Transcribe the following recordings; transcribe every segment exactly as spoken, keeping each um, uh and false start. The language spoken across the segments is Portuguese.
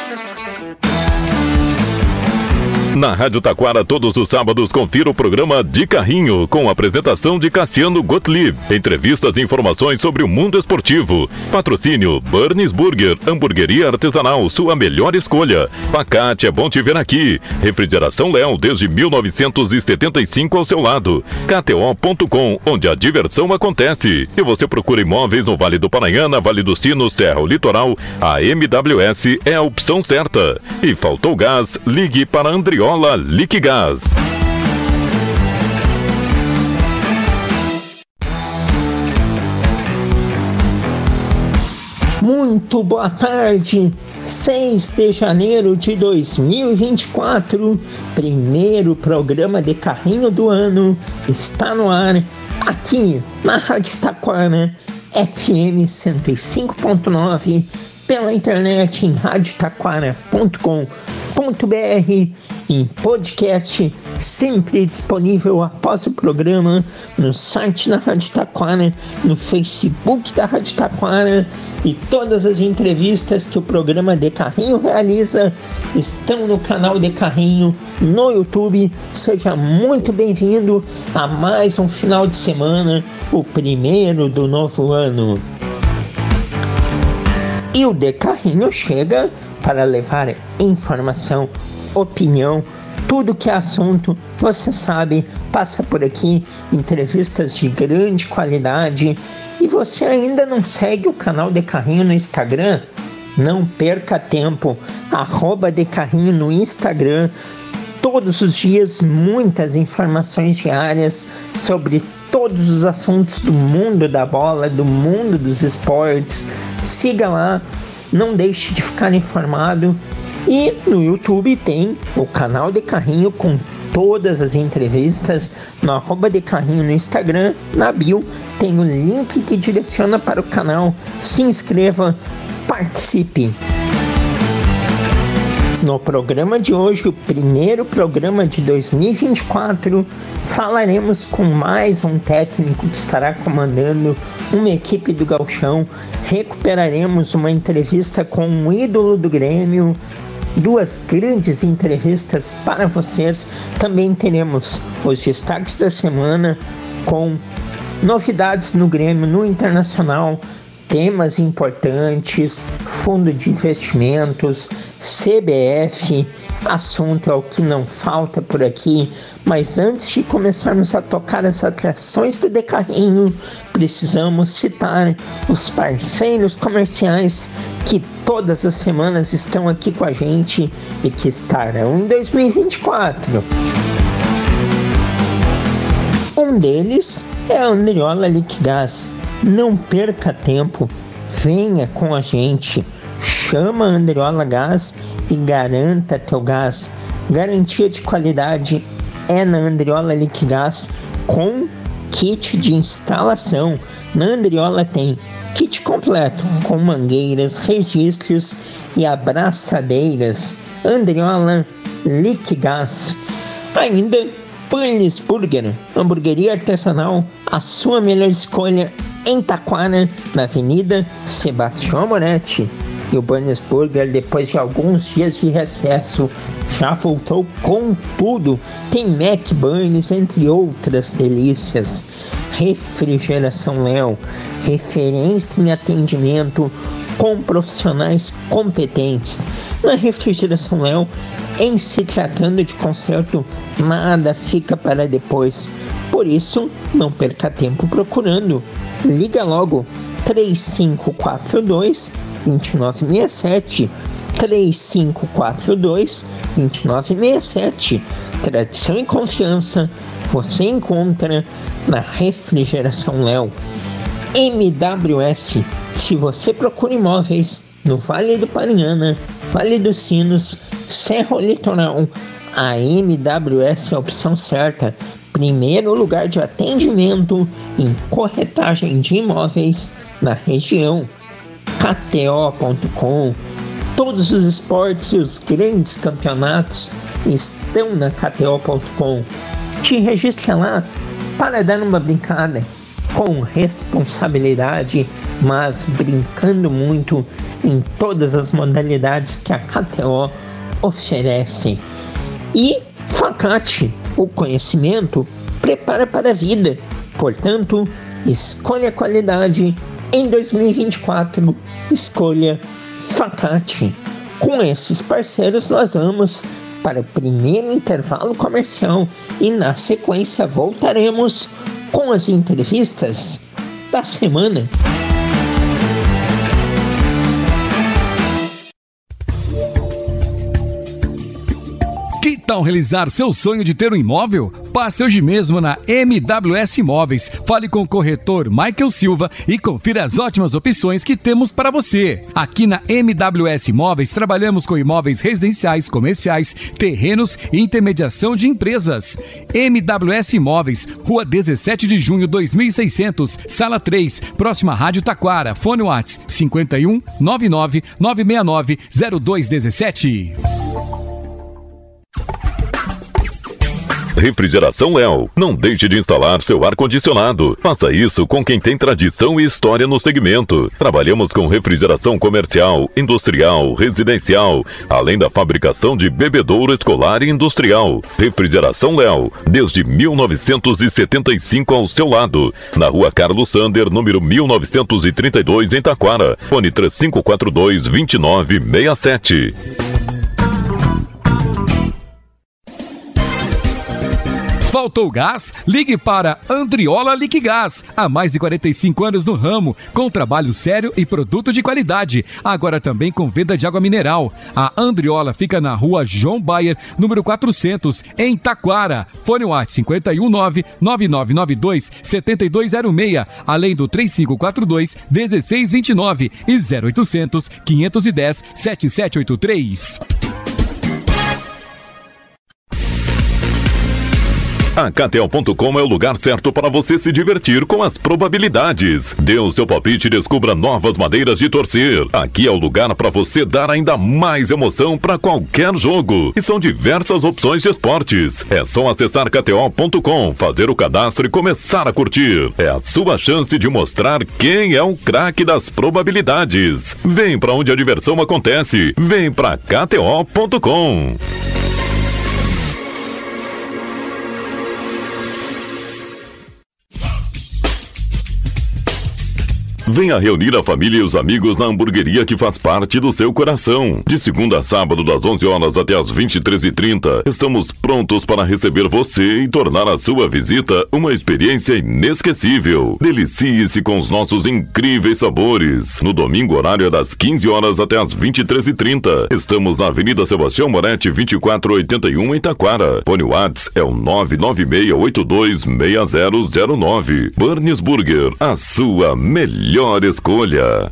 Na Rádio Taquara, todos os sábados, confira o programa De Carrinho, com a apresentação de Cassiano Gottlieb. Entrevistas e informações sobre o mundo esportivo. Patrocínio Burns Burger, hamburgueria artesanal, sua melhor escolha. Pacate, é bom te ver aqui. Refrigeração Léo, desde mil novecentos e setenta e cinco ao seu lado. K T O ponto com, onde a diversão acontece. E você procura imóveis no Vale do Paranhana, Vale do Sino, Serra ou Litoral, a M W S é a opção certa. E faltou gás? Ligue para Andriola Liquigás. Muito boa tarde, seis de janeiro de dois mil e vinte e quatro, primeiro programa de carrinho do ano, está no ar, aqui na Rádio Taquara, F M cento e cinco ponto nove, pela internet em rádio taquara ponto com ponto b r, em podcast sempre disponível após o programa no site da Rádio Taquara, no Facebook da Rádio Taquara, e todas as entrevistas que o programa De Carrinho realiza estão no canal De Carrinho no YouTube. Seja muito bem-vindo a mais um final de semana, o primeiro do novo ano. E o De Carrinho chega para levar informação, opinião, tudo que é assunto, você sabe, passa por aqui, entrevistas de grande qualidade. E você ainda não segue o canal De Carrinho no Instagram? Não perca tempo, arroba De Carrinho no Instagram. Todos os dias, muitas informações diárias sobre todos os assuntos do mundo da bola, do mundo dos esportes. Siga lá, não deixe de ficar informado. E no YouTube tem o canal De Carrinho com todas as entrevistas, no arroba De Carrinho no Instagram. Na bio tem o link que direciona para o canal. Se inscreva, participe. No programa de hoje, o primeiro programa de dois mil e vinte e quatro, falaremos com mais um técnico que estará comandando uma equipe do Gauchão. Recuperaremos uma entrevista com um ídolo do Grêmio, duas grandes entrevistas para vocês. Também teremos os destaques da semana com novidades no Grêmio, no Internacional, temas importantes, fundo de investimentos, C B F, assunto é o que não falta por aqui. Mas antes de começarmos a tocar as atrações do De Carrinho, precisamos citar os parceiros comerciais que todas as semanas estão aqui com a gente e que estarão em dois mil e vinte e quatro. Um deles é a Andriola Liquigás. Não perca tempo, venha com a gente, chama a Andriola Gás e garanta teu gás. Garantia de qualidade é na Andriola Liquigás com kit de instalação. Na Andriola tem kit completo com mangueiras, registros e abraçadeiras. Andriola Liquigás. Ainda Burns Burger, hamburgueria artesanal, a sua melhor escolha em Taquara, na Avenida Sebastião Moretti. E o Burns Burger, depois de alguns dias de recesso, já voltou com tudo. Tem Mac Burns, entre outras delícias. Refrigeração Léo, referência em atendimento com profissionais competentes. Na Refrigeração Léo, em se tratando de conserto, nada fica para depois. Por isso, não perca tempo procurando. Liga logo três cinco quatro dois, dois nove seis sete, três cinco quatro dois, dois nove seis sete. Tradição e confiança você encontra na Refrigeração Léo. M W S, se você procura imóveis no Vale do Paranhana, Vale dos Sinos, Serra ou Litoral, a M W S é a opção certa. Primeiro lugar de atendimento em corretagem de imóveis na região. K T O ponto com. Todos os esportes e os grandes campeonatos estão na K T O ponto com. Te registra lá para dar uma brincada. com responsabilidade, mas brincando muito em todas as modalidades que a K T O oferece. E Facate, o conhecimento prepara para a vida. Portanto, escolha qualidade em dois mil e vinte e quatro, escolha Facate. Com esses parceiros nós vamos para o primeiro intervalo comercial e na sequência voltaremos com as entrevistas da semana. Que tal realizar seu sonho de ter um imóvel? Passe hoje mesmo na M W S Imóveis. Fale com o corretor Michael Silva e confira as ótimas opções que temos para você. Aqui na M W S Imóveis trabalhamos com imóveis residenciais, comerciais, terrenos e intermediação de empresas. M W S Imóveis, Rua dezessete de junho, dois mil e seiscentos, Sala três, próxima à Rádio Taquara. Fone WhatsApp cinquenta e um, noventa e nove, novecentos e sessenta e nove, zero dois dezessete. Refrigeração Léo. Não deixe de instalar seu ar-condicionado. Faça isso com quem tem tradição e história no segmento. Trabalhamos com refrigeração comercial, industrial, residencial, além da fabricação de bebedouro escolar e industrial. Refrigeração Léo, desde mil novecentos e setenta e cinco ao seu lado. Na Rua Carlos Sander, número mil novecentos e trinta e dois, em Taquara. Fone três cinco quatro dois, dois nove seis sete. Faltou gás? Ligue para Andriola Liquigás. Há mais de quarenta e cinco anos no ramo, com trabalho sério e produto de qualidade. Agora também com venda de água mineral. A Andriola fica na Rua João Bayer, número quatrocentos, em Taquara. Fone WhatsApp cinquenta e um, nove nove nove nove dois, sete dois zero seis, além do três cinco quatro dois, um seis dois nove e zero oitocentos, quinhentos e dez, setenta e sete oitenta e três. A K T O ponto com é o lugar certo para você se divertir com as probabilidades. Dê o seu palpite e descubra novas maneiras de torcer. Aqui é o lugar para você dar ainda mais emoção para qualquer jogo. E são diversas opções de esportes. É só acessar K T O ponto com, fazer o cadastro e começar a curtir. É a sua chance de mostrar quem é o craque das probabilidades. Vem para onde a diversão acontece. Vem para K T O ponto com. Venha reunir a família e os amigos na hamburgueria que faz parte do seu coração. De segunda a sábado, das onze horas até as vinte e três e trinta, estamos prontos para receber você e tornar a sua visita uma experiência inesquecível. Delicie-se com os nossos incríveis sabores. No domingo, horário é das quinze horas até as vinte e três e trinta. Estamos na Avenida Sebastião Moretti, vinte e quatro oitenta e um, em Taquara. Fone WhatsApp é o nove nove seis oito dois seis zero zero nove. Burns Burger, a sua melhor Melhor escolha.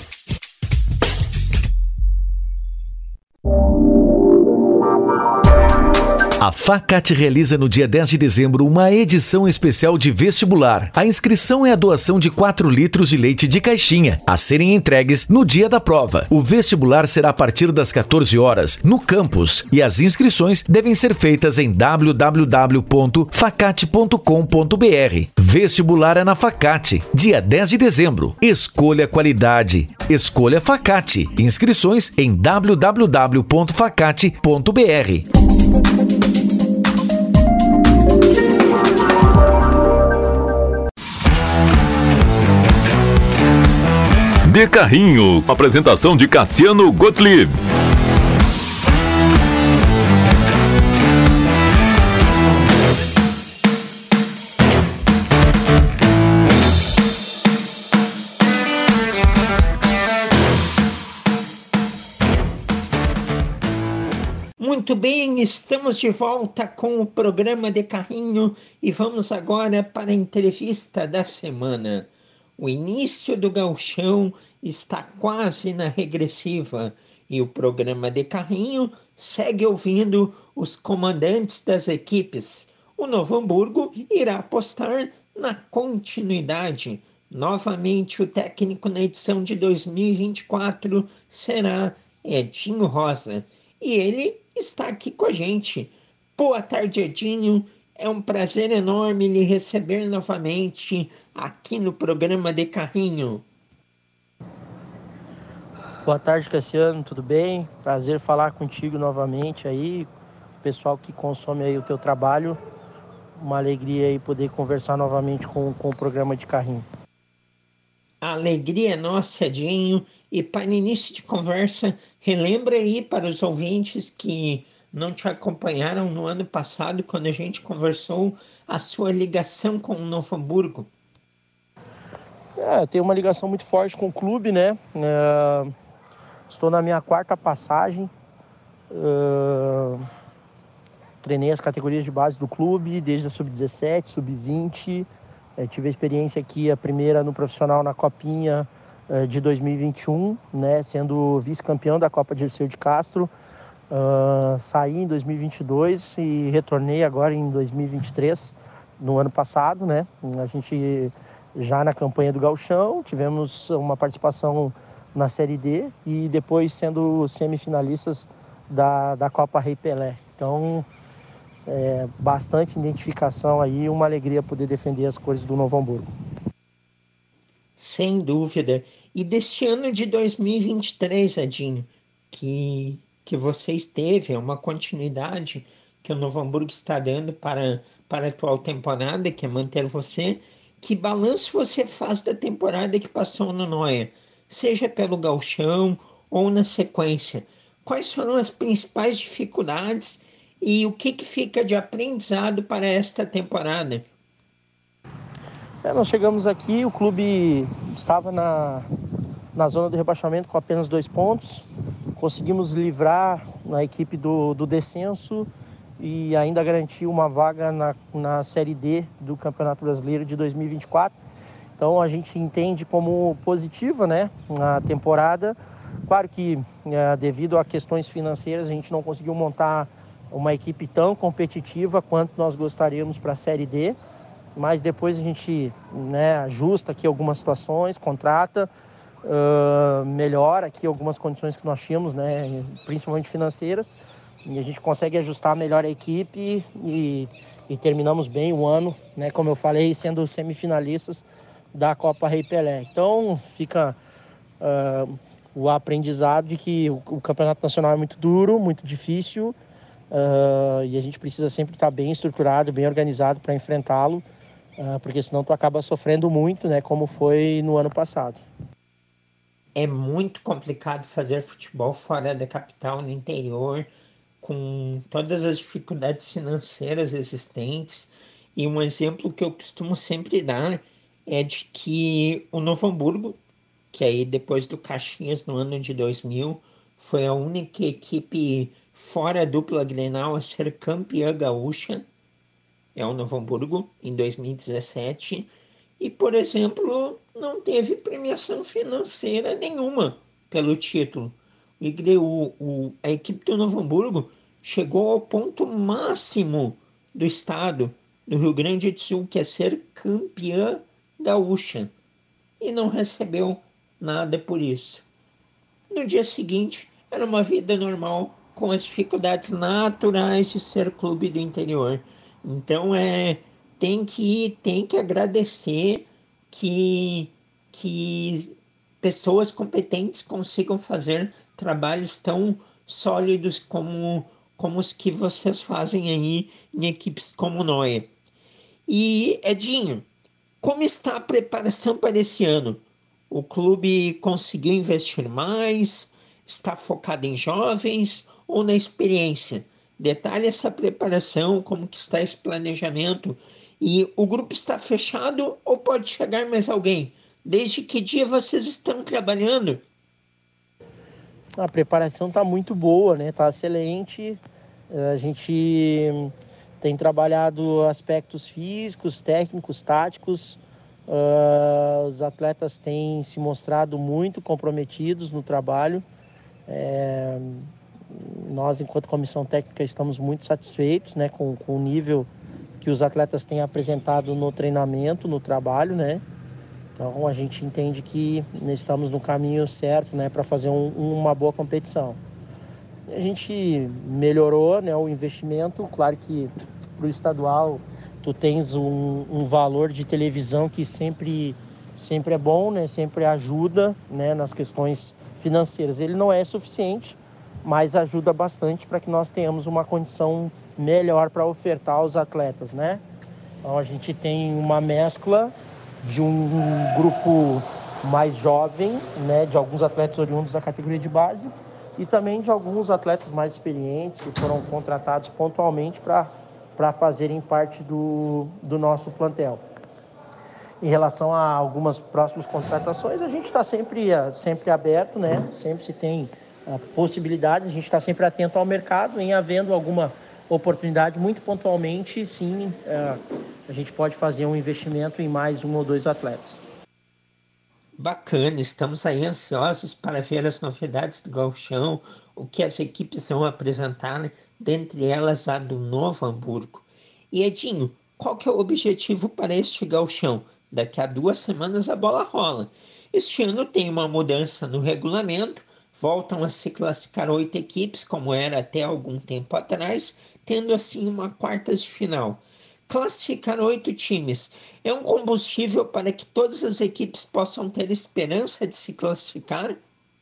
A Facate realiza no dia dez de dezembro uma edição especial de vestibular. A inscrição é a doação de quatro litros de leite de caixinha, a serem entregues no dia da prova. O vestibular será a partir das quatorze horas, no campus, e as inscrições devem ser feitas em w w w ponto facate ponto com ponto b r. Vestibular é na Facate, dia dez de dezembro. Escolha qualidade. Escolha Facate. Inscrições em w w w ponto facate ponto b r. De Carrinho, apresentação de Cassiano Gottlieb. Muito bem, estamos de volta com o programa De Carrinho e vamos agora para a entrevista da semana. O início do gauchão está quase na regressiva e o programa De Carrinho segue ouvindo os comandantes das equipes. O Novo Hamburgo irá apostar na continuidade. Novamente, o técnico na edição de dois mil e vinte e quatro será Edinho Rosa. E ele está aqui com a gente. Boa tarde, Edinho. É um prazer enorme lhe receber novamente aqui no programa de Carrinho. Boa tarde, Cassiano, tudo bem? Prazer falar contigo novamente aí, pessoal que consome aí o teu trabalho. Uma alegria aí poder conversar novamente com, com o programa de Carrinho. A alegria é nossa, Edinho. E para início de conversa, relembra aí para os ouvintes que não te acompanharam no ano passado, quando a gente conversou, a sua ligação com o Novo Hamburgo. É, eu tenho uma ligação muito forte com o clube, né? É, estou na minha quarta passagem. É, treinei as categorias de base do clube, desde a sub dezessete, sub vinte. É, tive a experiência aqui, a primeira no profissional na Copinha é, de dois mil e vinte e um, né? Sendo vice-campeão da Copa Dirceu de Castro. Uh, saí em dois mil e vinte e dois e retornei agora em dois mil e vinte e três, no ano passado, né? A gente já na campanha do Gauchão, tivemos uma participação na Série D e depois sendo semifinalistas da, da Copa Rei Pelé. Então, é, bastante identificação aí, uma alegria poder defender as cores do Novo Hamburgo. Sem dúvida. E deste ano de dois mil e vinte e três, Edinho, que... que você esteve, é uma continuidade que o Novo Hamburgo está dando para, para a atual temporada, que é manter você. Que balanço você faz da temporada que passou no Noia, seja pelo Gauchão ou na sequência? Quais foram as principais dificuldades e o que, que fica de aprendizado para esta temporada? É, nós chegamos aqui, o clube estava na, na zona do rebaixamento com apenas dois pontos. Conseguimos livrar a equipe do, do descenso e ainda garantir uma vaga na, na Série D do Campeonato Brasileiro de dois mil e vinte e quatro. Então a gente entende como positiva, né, a temporada. Claro que é, devido a questões financeiras a gente não conseguiu montar uma equipe tão competitiva quanto nós gostaríamos para a Série D, mas depois a gente, né, ajusta aqui algumas situações, contrata, Uh, melhora aqui algumas condições que nós tínhamos, né, principalmente financeiras, e a gente consegue ajustar melhor a equipe e, e terminamos bem o ano, né, como eu falei, sendo semifinalistas da Copa Rei Pelé. Então fica uh, o aprendizado de que o, o Campeonato Nacional é muito duro, muito difícil, uh, e a gente precisa sempre estar bem estruturado, bem organizado para enfrentá-lo, uh, porque senão tu acaba sofrendo muito, né, como foi no ano passado. É muito complicado fazer futebol fora da capital, no interior, com todas as dificuldades financeiras existentes. E um exemplo que eu costumo sempre dar é de que o Novo Hamburgo, que aí depois do Caxias no ano de dois mil, foi a única equipe fora dupla Grenal a ser campeã gaúcha, é o Novo Hamburgo, em dois mil e dezessete. E, por exemplo, não teve premiação financeira nenhuma pelo título. O, o, a equipe do Novo Hamburgo chegou ao ponto máximo do estado do Rio Grande do Sul, que é ser campeã gaúcha, e não recebeu nada por isso. No dia seguinte, era uma vida normal, com as dificuldades naturais de ser clube do interior. Então, é... Tem que, tem que agradecer que, que pessoas competentes consigam fazer trabalhos tão sólidos como, como os que vocês fazem aí em equipes como o Noia. E, Edinho, como está a preparação para esse ano? O clube conseguiu investir mais? Está focado em jovens ou na experiência? Detalhe essa preparação, como que está esse planejamento. E o grupo está fechado ou pode chegar mais alguém? Desde que dia vocês estão trabalhando? A preparação está muito boa, né? Está excelente. A gente tem trabalhado aspectos físicos, técnicos, táticos. Uh, os atletas têm se mostrado muito comprometidos no trabalho. É, nós, enquanto comissão técnica, estamos muito satisfeitos, né, com, com o nível que os atletas têm apresentado no treinamento, no trabalho, né? Então a gente entende que estamos no caminho certo, né, para fazer um, uma boa competição. A gente melhorou, né, o investimento, claro que para o estadual, tu tens um, um valor de televisão que sempre, sempre é bom, né? Sempre ajuda, né? Nas questões financeiras. Ele não é suficiente, mas ajuda bastante para que nós tenhamos uma condição melhor para ofertar aos atletas, né? Então a gente tem uma mescla de um grupo mais jovem, né, de alguns atletas oriundos da categoria de base e também de alguns atletas mais experientes que foram contratados pontualmente para para fazerem parte do, do nosso plantel. Em relação a algumas próximas contratações, a gente está sempre, sempre aberto, né? Sempre se tem uh, possibilidades, a gente está sempre atento ao mercado, em havendo alguma oportunidade, muito pontualmente, sim, uh, a gente pode fazer um investimento em mais um ou dois atletas. Bacana, estamos aí ansiosos para ver as novidades do Gauchão, o que as equipes vão apresentar, né? Dentre elas a do Novo Hamburgo. E Edinho, qual que é o objetivo para este Gauchão? Daqui a duas semanas a bola rola. Este ano tem uma mudança no regulamento, voltam a se classificar oito equipes, como era até algum tempo atrás, tendo assim uma quartas de final. Classificar oito times é um combustível para que todas as equipes possam ter esperança de se classificar?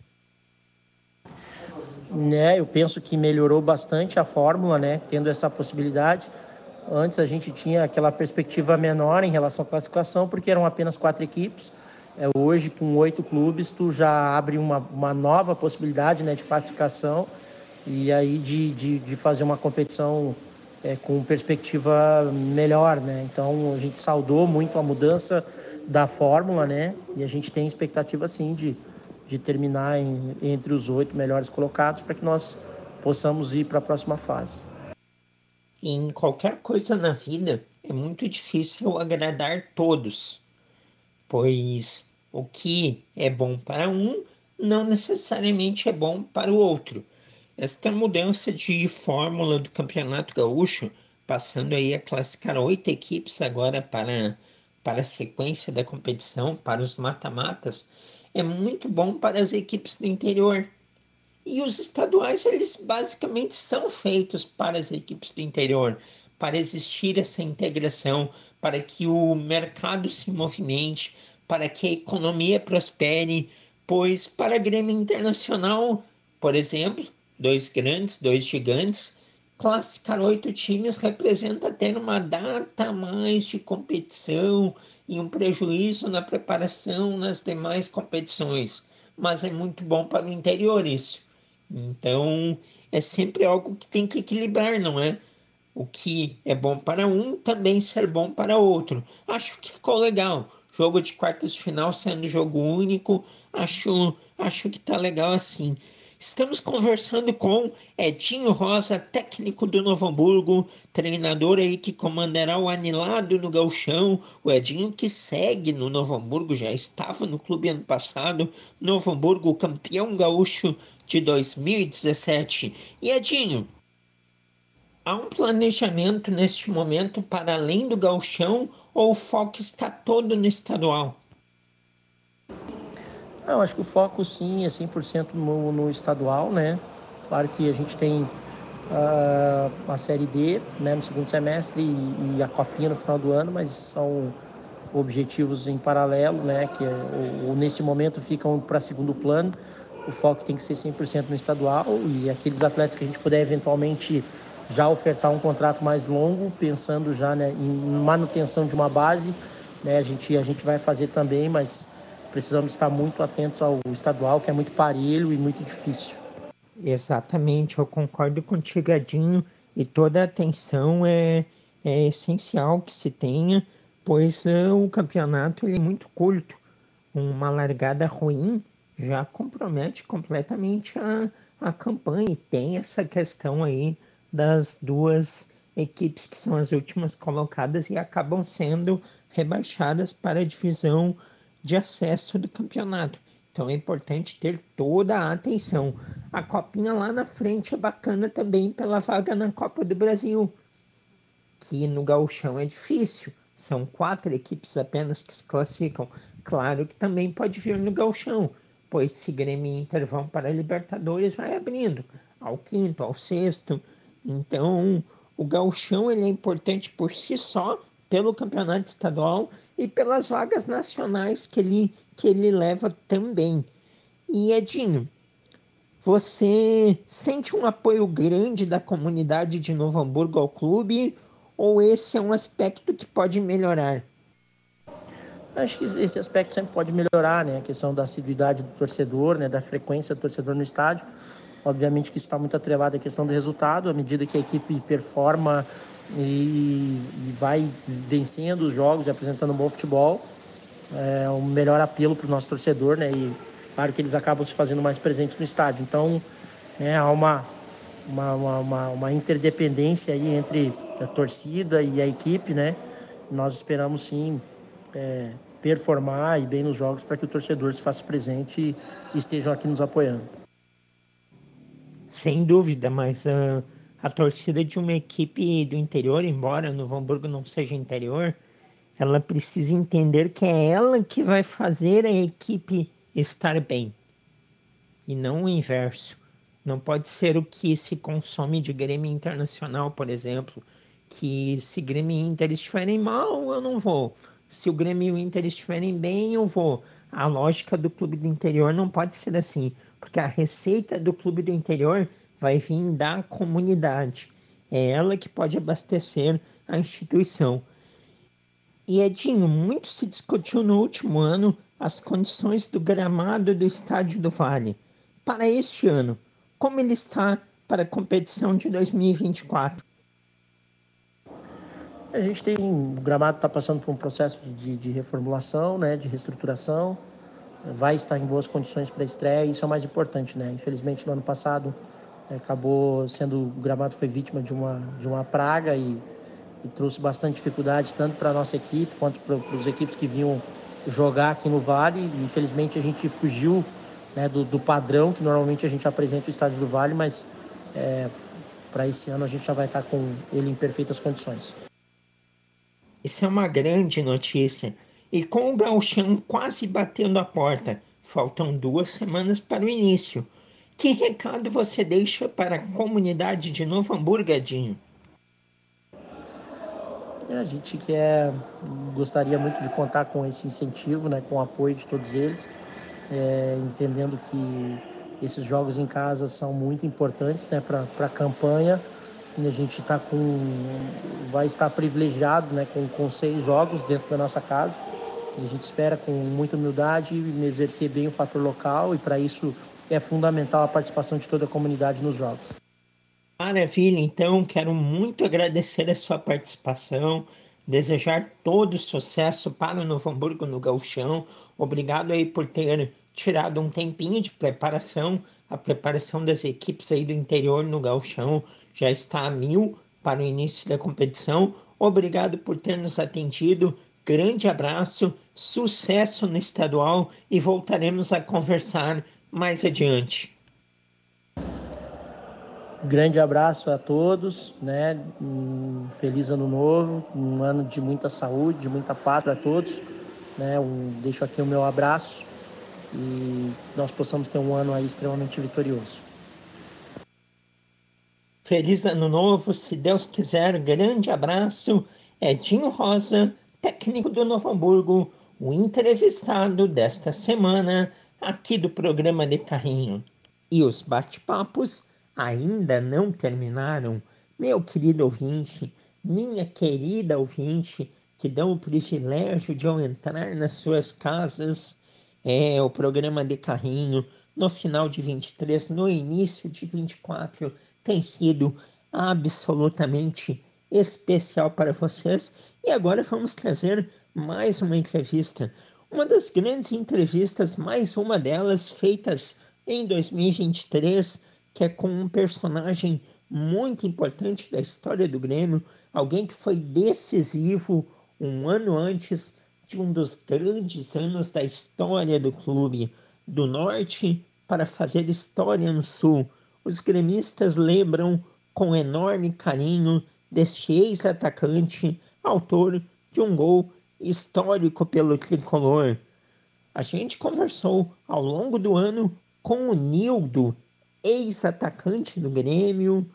Né, eu penso que melhorou bastante a fórmula, né, tendo essa possibilidade. Antes a gente tinha aquela perspectiva menor em relação à classificação, porque eram apenas quatro equipes. É, hoje, com oito clubes, tu já abre uma, uma nova possibilidade, né, de classificação e aí de, de, de fazer uma competição É, com perspectiva melhor, né? Então a gente saudou muito a mudança da fórmula, né? E a gente tem expectativa sim de, de terminar em, entre os oito melhores colocados para que nós possamos ir para a próxima fase. Em qualquer coisa na vida é muito difícil agradar todos, pois o que é bom para um não necessariamente é bom para o outro. Esta mudança de fórmula do Campeonato Gaúcho, passando aí a classificar oito equipes agora para, para a sequência da competição, para os mata-matas, é muito bom para as equipes do interior. E os estaduais, eles basicamente são feitos para as equipes do interior, para existir essa integração, para que o mercado se movimente, para que a economia prospere, pois para a Grêmio Internacional, por exemplo, dois grandes, dois gigantes, classificar oito times representa ter uma data a mais de competição e um prejuízo na preparação nas demais competições. Mas é muito bom para o interior isso. Então, é sempre algo que tem que equilibrar, não é? O que é bom para um também ser bom para outro. Acho que ficou legal. Jogo de quartas de final sendo jogo único, acho, acho que tá legal assim. Estamos conversando com Edinho Rosa, técnico do Novo Hamburgo, treinador aí que comandará o anilado no Gauchão. O Edinho que segue no Novo Hamburgo, já estava no clube ano passado. Novo Hamburgo, campeão gaúcho de dois mil e dezessete. E Edinho, há um planejamento neste momento para além do Gauchão ou o foco está todo no estadual? Não, acho que o foco sim é cem por cento no, no estadual, né? Claro que a gente tem uh, a Série D, né, no segundo semestre e, e a Copinha no final do ano, mas são objetivos em paralelo, né? Que é, ou, ou nesse momento ficam para segundo plano. O foco tem que ser cem por cento no estadual e aqueles atletas que a gente puder eventualmente já ofertar um contrato mais longo, pensando já, né, em manutenção de uma base, né? A gente, a gente vai fazer também, mas precisamos estar muito atentos ao estadual, que é muito parelho e muito difícil. Exatamente, eu concordo contigo, Edinho, e toda a atenção é, é essencial que se tenha, pois uh, o campeonato ele é muito curto. Uma largada ruim já compromete completamente a, a campanha, e tem essa questão aí das duas equipes que são as últimas colocadas e acabam sendo rebaixadas para a divisão de acesso do campeonato. Então é importante ter toda a atenção. A copinha lá na frente é bacana também pela vaga na Copa do Brasil, que no Gauchão é difícil. São quatro equipes apenas que se classificam. Claro que também pode vir no Gauchão, pois se Grêmio e Inter vão para a Libertadores, vai abrindo ao quinto, ao sexto. Então O gauchão ele é importante por si só, pelo campeonato estadual e pelas vagas nacionais que ele, que ele leva também. E Edinho, você sente um apoio grande da comunidade de Novo Hamburgo ao clube ou esse é um aspecto que pode melhorar? Acho que esse aspecto sempre pode melhorar, né? A questão da assiduidade do torcedor, né? Da frequência do torcedor no estádio. Obviamente que isso está muito atrelado à questão do resultado, à medida que a equipe performa e, e vai vencendo os jogos e apresentando um bom futebol, é um melhor apelo para o nosso torcedor, né? E claro que eles acabam se fazendo mais presentes no estádio. Então, né, há uma, uma, uma, uma interdependência aí entre a torcida e a equipe, né? Nós esperamos sim é, performar e bem nos jogos para que o torcedor se faça presente e, e estejam aqui nos apoiando. Sem dúvida, mas uh, a torcida de uma equipe do interior, embora Novo Hamburgo não seja interior, ela precisa entender que é ela que vai fazer a equipe estar bem, e não o inverso. Não pode ser o que se consome de Grêmio Internacional, por exemplo, que se Grêmio e Inter estiverem mal, eu não vou. Se o Grêmio e o Inter estiverem bem, eu vou. A lógica do clube do interior não pode ser assim, porque a receita do clube do interior vai vir da comunidade. É ela que pode abastecer a instituição. E Edinho, muito se discutiu no último ano as condições do gramado do Estádio do Vale. Para este ano, como ele está para a competição de dois mil e vinte e quatro? A gente tem, o gramado está passando por um processo de, de reformulação, né, de reestruturação, vai estar em boas condições para a estreia, isso é o mais importante, né? Infelizmente no ano passado é, acabou sendo, o gramado foi vítima de uma, de uma praga e, e trouxe bastante dificuldade tanto para a nossa equipe quanto para os equipes que vinham jogar aqui no Vale. Infelizmente a gente fugiu, né, do, do padrão que normalmente a gente apresenta o Estádio do Vale, mas é, para esse ano a gente já vai estar com ele em perfeitas condições. Isso é uma grande notícia. E com o gauchão quase batendo a porta, faltam duas semanas para o início. Que recado você deixa para a comunidade de Novo Hamburgo, Edinho? A gente quer, gostaria muito de contar com esse incentivo, né, com o apoio de todos eles, é, entendendo que esses jogos em casa são muito importantes, né, para a campanha. A gente tá com, vai estar privilegiado, né, com, com seis jogos dentro da nossa casa. E a gente espera com muita humildade exercer bem o fator local e para isso é fundamental a participação de toda a comunidade nos jogos. Maravilha, então quero muito agradecer a sua participação, desejar todo sucesso para o Novo Hamburgo no gauchão. Obrigado aí por ter tirado um tempinho de preparação. A preparação das equipes aí do interior no gauchão já está a mil para o início da competição. Obrigado por ter nos atendido. Grande abraço, sucesso no estadual e voltaremos a conversar mais adiante. Grande abraço a todos, né? Um feliz ano novo, um ano de muita saúde, de muita paz para todos, né? Um, deixo aqui o meu abraço e que nós possamos ter um ano aí extremamente vitorioso. Feliz ano novo, se Deus quiser. Grande abraço. Edinho Rosa, técnico do Novo Hamburgo, o entrevistado desta semana aqui do programa de Carrinho. E os bate-papos ainda não terminaram. Meu querido ouvinte, minha querida ouvinte, que dão o privilégio de eu entrar nas suas casas, é o programa de Carrinho, no final de vinte e três, no início de vinte e quatro, tem sido absolutamente especial para vocês. E agora vamos trazer mais uma entrevista. Uma das grandes entrevistas, mais uma delas, feitas em dois mil e vinte e três, que é com um personagem muito importante da história do Grêmio, alguém que foi decisivo um ano antes de um dos grandes anos da história do clube, do norte para fazer história no sul. Os gremistas lembram com enorme carinho deste ex-atacante, autor de um gol histórico pelo tricolor. A gente conversou ao longo do ano com o Nildo, ex-atacante do Grêmio,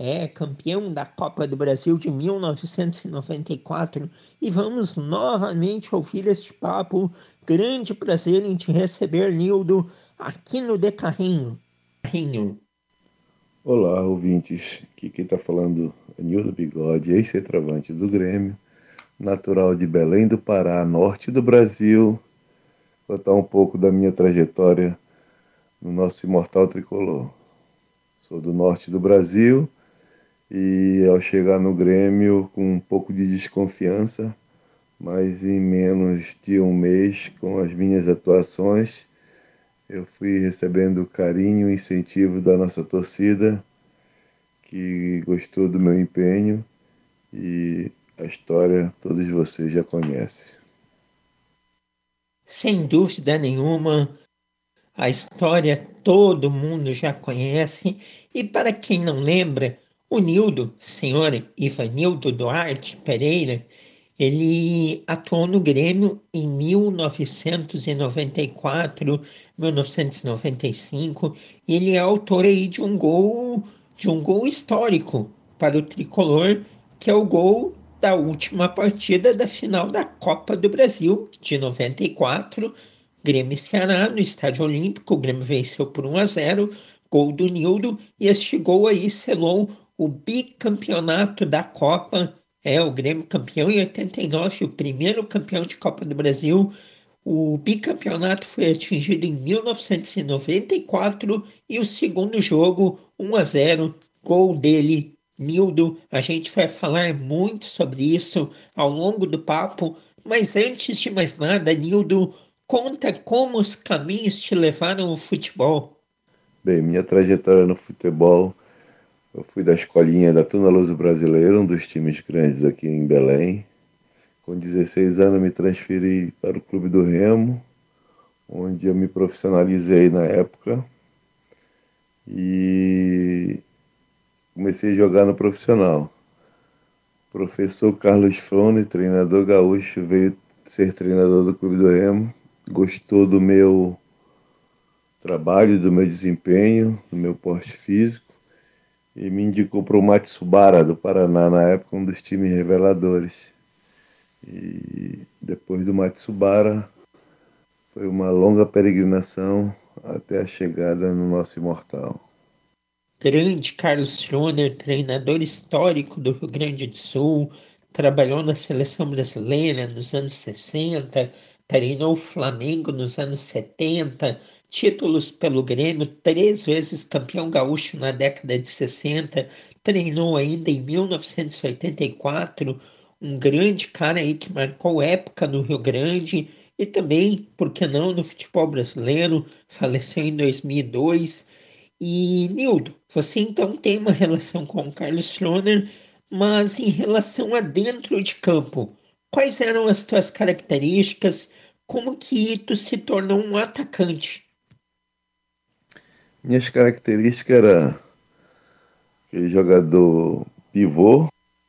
é campeão da Copa do Brasil de mil novecentos e noventa e quatro, e vamos novamente ouvir este papo. Grande prazer em te receber, Nildo, aqui no De Carrinho. Carrinho. Olá, ouvintes. Aqui quem está falando é Nildo Bigode, ex-centroavante do Grêmio, natural de Belém do Pará, norte do Brasil. Contar um pouco da minha trajetória no nosso imortal tricolor. Sou do norte do Brasil e ao chegar no Grêmio com um pouco de desconfiança, mas em menos de um mês, com as minhas atuações, eu fui recebendo carinho e incentivo da nossa torcida, que gostou do meu empenho, e a história todos vocês já conhecem. Sem dúvida nenhuma, a história todo mundo já conhece, e para quem não lembra, o Nildo, senhor Ivanildo Duarte Pereira, ele atuou no Grêmio em mil novecentos e noventa e quatro, mil novecentos e noventa e cinco, e ele é autor aí de um gol, de um gol histórico para o tricolor, que é o gol da última partida da final da Copa do Brasil de noventa e quatro, Grêmio e Ceará, no Estádio Olímpico. O Grêmio venceu por um a zero, gol do Nildo, e este gol aí selou o bicampeonato da Copa. É, o Grêmio campeão em oitenta e nove, o primeiro campeão de Copa do Brasil. O bicampeonato foi atingido em mil novecentos e noventa e quatro e o segundo jogo, um a zero, gol dele, Nildo. A gente vai falar muito sobre isso ao longo do papo, mas antes de mais nada, Nildo, conta como os caminhos te levaram ao futebol. Bem, minha trajetória no futebol, eu fui da escolinha da Tuna Luso Brasileiro, um dos times grandes aqui em Belém. Com dezesseis anos me transferi para o Clube do Remo, onde eu me profissionalizei na época e comecei a jogar no profissional. O professor Carlos Frone, treinador gaúcho, veio ser treinador do Clube do Remo, gostou do meu trabalho, do meu desempenho, do meu porte físico, e me indicou para o Matsubara, do Paraná, na época um dos times reveladores. E depois do Matsubara, foi uma longa peregrinação até a chegada no nosso imortal. Grande Carlos Schroeder, treinador histórico do Rio Grande do Sul, trabalhou na seleção brasileira nos anos sessenta, treinou o Flamengo nos anos setenta, títulos pelo Grêmio, três vezes campeão gaúcho na década de sessenta, treinou ainda em mil novecentos e oitenta e quatro, um grande cara aí que marcou época no Rio Grande e também, por que não, no futebol brasileiro, faleceu em dois mil e dois. E, Nildo, você então tem uma relação com o Carlos Schroeder, mas em relação a dentro de campo, quais eram as tuas características? Como que tu se tornou um atacante? Minhas características eram aquele jogador pivô,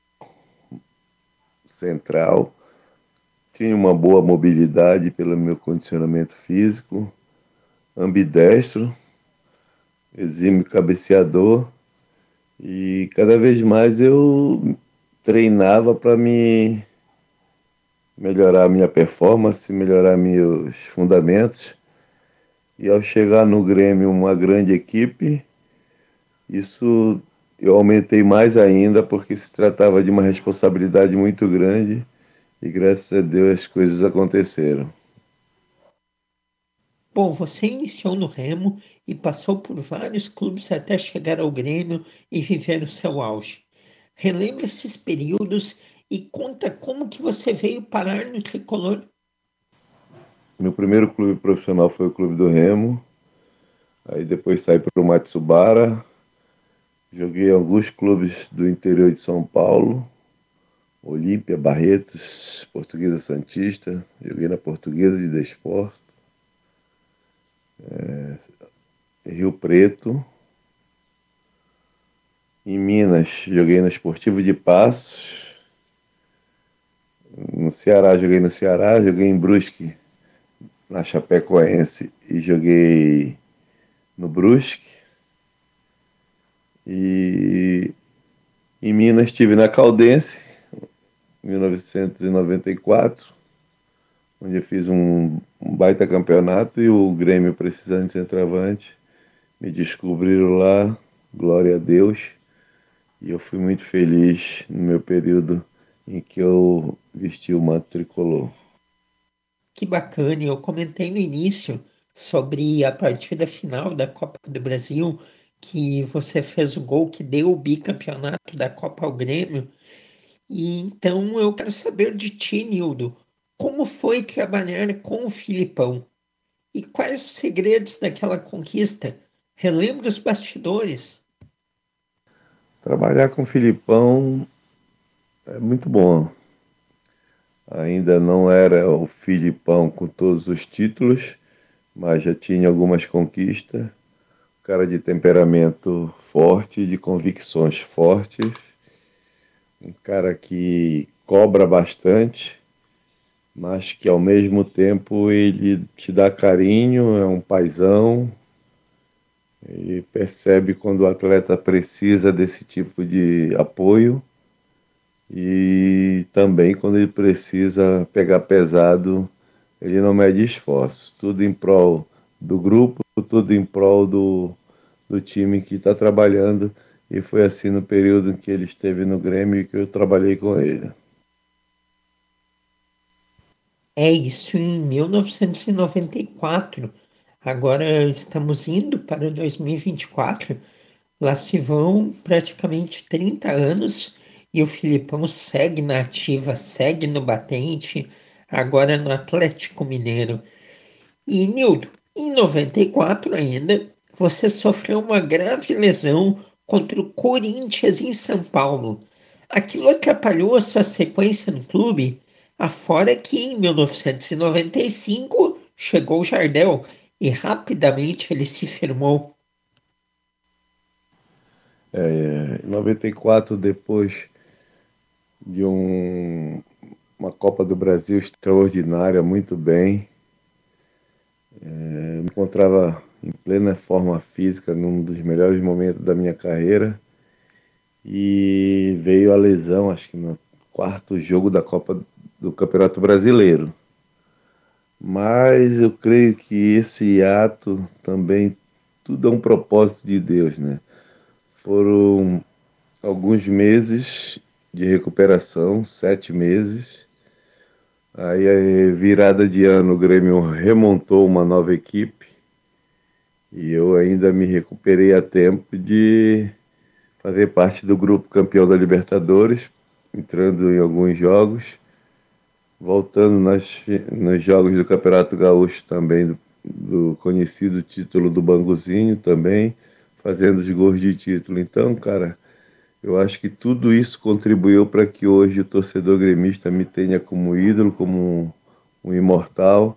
central, tinha uma boa mobilidade pelo meu condicionamento físico, ambidestro, exímio cabeceador, e cada vez mais eu treinava para me melhorar a minha performance, melhorar meus fundamentos. E ao chegar no Grêmio, uma grande equipe, isso eu aumentei mais ainda, porque se tratava de uma responsabilidade muito grande e graças a Deus as coisas aconteceram. Bom, você iniciou no Remo e passou por vários clubes até chegar ao Grêmio e viver o seu auge. Relembra esses períodos e conta como que você veio parar no tricolor. Meu primeiro clube profissional foi o Clube do Remo, aí depois saí para o Matsubara, joguei em alguns clubes do interior de São Paulo, Olímpia, Barretos, Portuguesa Santista, joguei na Portuguesa de Desporto, é, Rio Preto. Em Minas, joguei no Esportivo de Passos. No Ceará, joguei no Ceará, joguei em Brusque, na Chapecoense, e joguei no Brusque. E Em Minas estive na Caldense, em mil novecentos e noventa e quatro, onde eu fiz um, um baita campeonato e o Grêmio precisando de centroavante. Me descobriram lá, glória a Deus, e eu fui muito feliz no meu período em que eu vesti o manto tricolor. Que bacana, eu comentei no início sobre a partida final da Copa do Brasil, que você fez o gol que deu o bicampeonato da Copa ao Grêmio. E então eu quero saber de ti, Nildo, como foi trabalhar com o Filipão? E quais os segredos daquela conquista? Relembra os bastidores. Trabalhar com o Filipão é muito bom. Ainda não era o Filipão com todos os títulos, mas já tinha algumas conquistas. Um cara de temperamento forte, de convicções fortes. Um cara que cobra bastante, mas que ao mesmo tempo ele te dá carinho, é um paizão. Ele percebe quando o atleta precisa desse tipo de apoio. E também quando ele precisa pegar pesado, ele não mede esforços. Tudo em prol do grupo, tudo em prol do, do time que está trabalhando. E foi assim no período em que ele esteve no Grêmio que eu trabalhei com ele. É isso em mil novecentos e noventa e quatro. Agora estamos indo para dois mil e vinte e quatro. Lá se vão praticamente trinta anos. E o Filipão segue na ativa, segue no batente, agora no Atlético Mineiro. E, Nildo, em noventa e quatro ainda, você sofreu uma grave lesão contra o Corinthians em São Paulo. Aquilo atrapalhou a sua sequência no clube, afora que em mil novecentos e noventa e cinco chegou o Jardel e rapidamente ele se firmou. É, em noventa e quatro, depois de um, uma Copa do Brasil extraordinária, muito bem. É, me encontrava em plena forma física, num dos melhores momentos da minha carreira. E veio a lesão, acho que no quarto jogo da Copa do Campeonato Brasileiro. Mas eu creio que esse ato também, tudo é um propósito de Deus, né? Foram alguns meses de recuperação, sete meses. Aí, a virada de ano, o Grêmio remontou uma nova equipe e eu ainda me recuperei a tempo de fazer parte do grupo campeão da Libertadores, entrando em alguns jogos, voltando nas, nos jogos do Campeonato Gaúcho também, do, do conhecido título do Banguzinho também, fazendo os gols de título. Então, cara, eu acho que tudo isso contribuiu para que hoje o torcedor gremista me tenha como ídolo, como um, um imortal.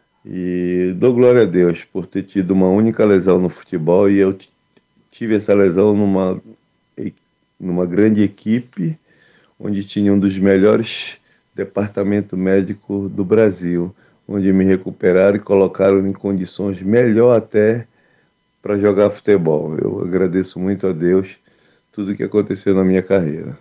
E dou glória a Deus por ter tido uma única lesão no futebol e eu t- tive essa lesão numa, numa grande equipe, onde tinha um dos melhores departamentos médicos do Brasil, onde me recuperaram e colocaram em condições melhor até para jogar futebol. Eu agradeço muito a Deus tudo que aconteceu na minha carreira.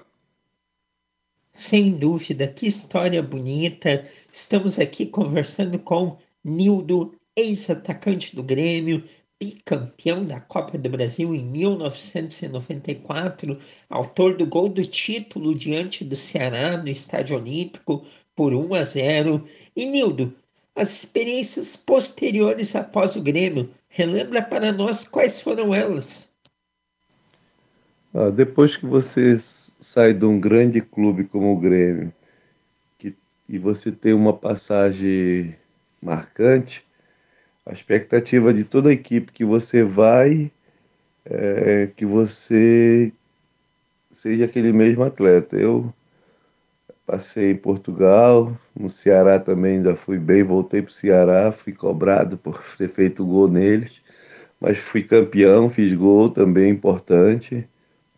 Sem dúvida, que história bonita. Estamos aqui conversando com Nildo, ex-atacante do Grêmio, bicampeão da Copa do Brasil em mil novecentos e noventa e quatro, autor do gol do título diante do Ceará no Estádio Olímpico por um a zero. E Nildo, as experiências posteriores após o Grêmio, relembra para nós quais foram elas? Ah, depois que você sai de um grande clube como o Grêmio que, e você tem uma passagem marcante, a expectativa de toda a equipe que você vai é que você seja aquele mesmo atleta. Eu passei em Portugal, no Ceará também ainda fui bem, voltei para o Ceará, fui cobrado por ter feito gol neles, mas fui campeão, fiz gol também importante.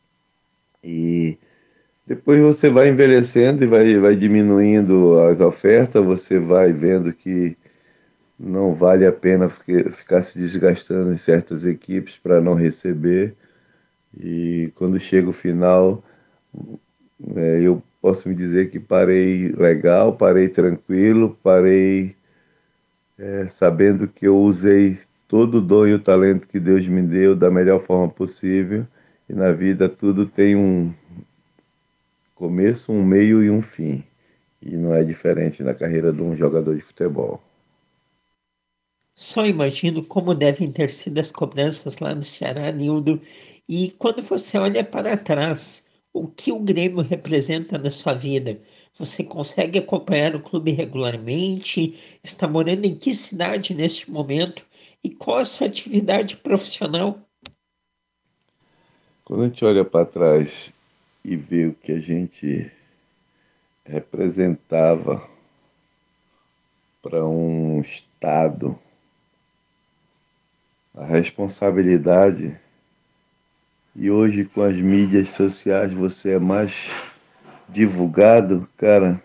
E depois você vai envelhecendo e vai, vai diminuindo as ofertas, você vai vendo que não vale a pena ficar se desgastando em certas equipes para não receber. E quando chega o final, É, eu posso me dizer que parei legal, parei tranquilo, parei é, sabendo que eu usei todo o dom e o talento que Deus me deu da melhor forma possível. E na vida tudo tem um começo, um meio e um fim. E não é diferente na carreira de um jogador de futebol. Só imagino como devem ter sido as cobranças lá no Ceará, Nildo. E quando você olha para trás, o que o Grêmio representa na sua vida? Você consegue acompanhar o clube regularmente? Está morando em que cidade neste momento? E qual a sua atividade profissional? Quando a gente olha para trás e vê o que a gente representava para um Estado, a responsabilidade, e hoje com as mídias sociais você é mais divulgado, cara,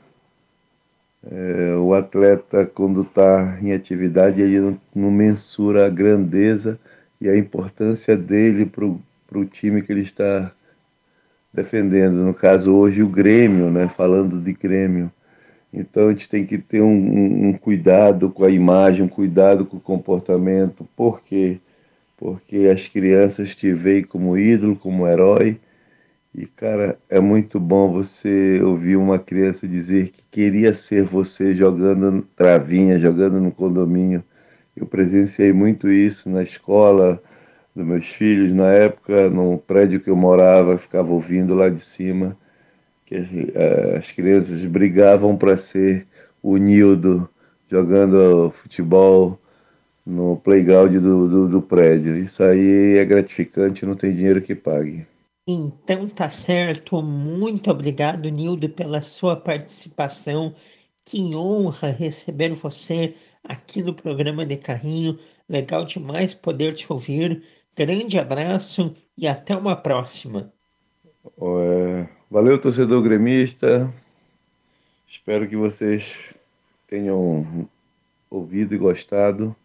é, o atleta quando está em atividade ele não, não mensura a grandeza e a importância dele para o time que ele está defendendo, no caso hoje o Grêmio, né, falando de Grêmio. Então a gente tem que ter um, um, um cuidado com a imagem, um cuidado com o comportamento. Por quê? Porque as crianças te veem como ídolo, como herói. E, cara, é muito bom você ouvir uma criança dizer que queria ser você jogando travinha, jogando no condomínio. Eu presenciei muito isso na escola dos meus filhos. Na época, no prédio que eu morava, ficava ouvindo lá de cima que as crianças brigavam para ser o Nildo jogando futebol no playground do, do, do prédio. Isso aí é gratificante, não tem dinheiro que pague. Então tá certo, muito obrigado, Nildo, pela sua participação. Que honra receber você aqui no programa de Carrinho. Legal demais poder te ouvir. Grande abraço e até uma próxima. É, valeu, torcedor gremista. Espero que vocês tenham ouvido e gostado.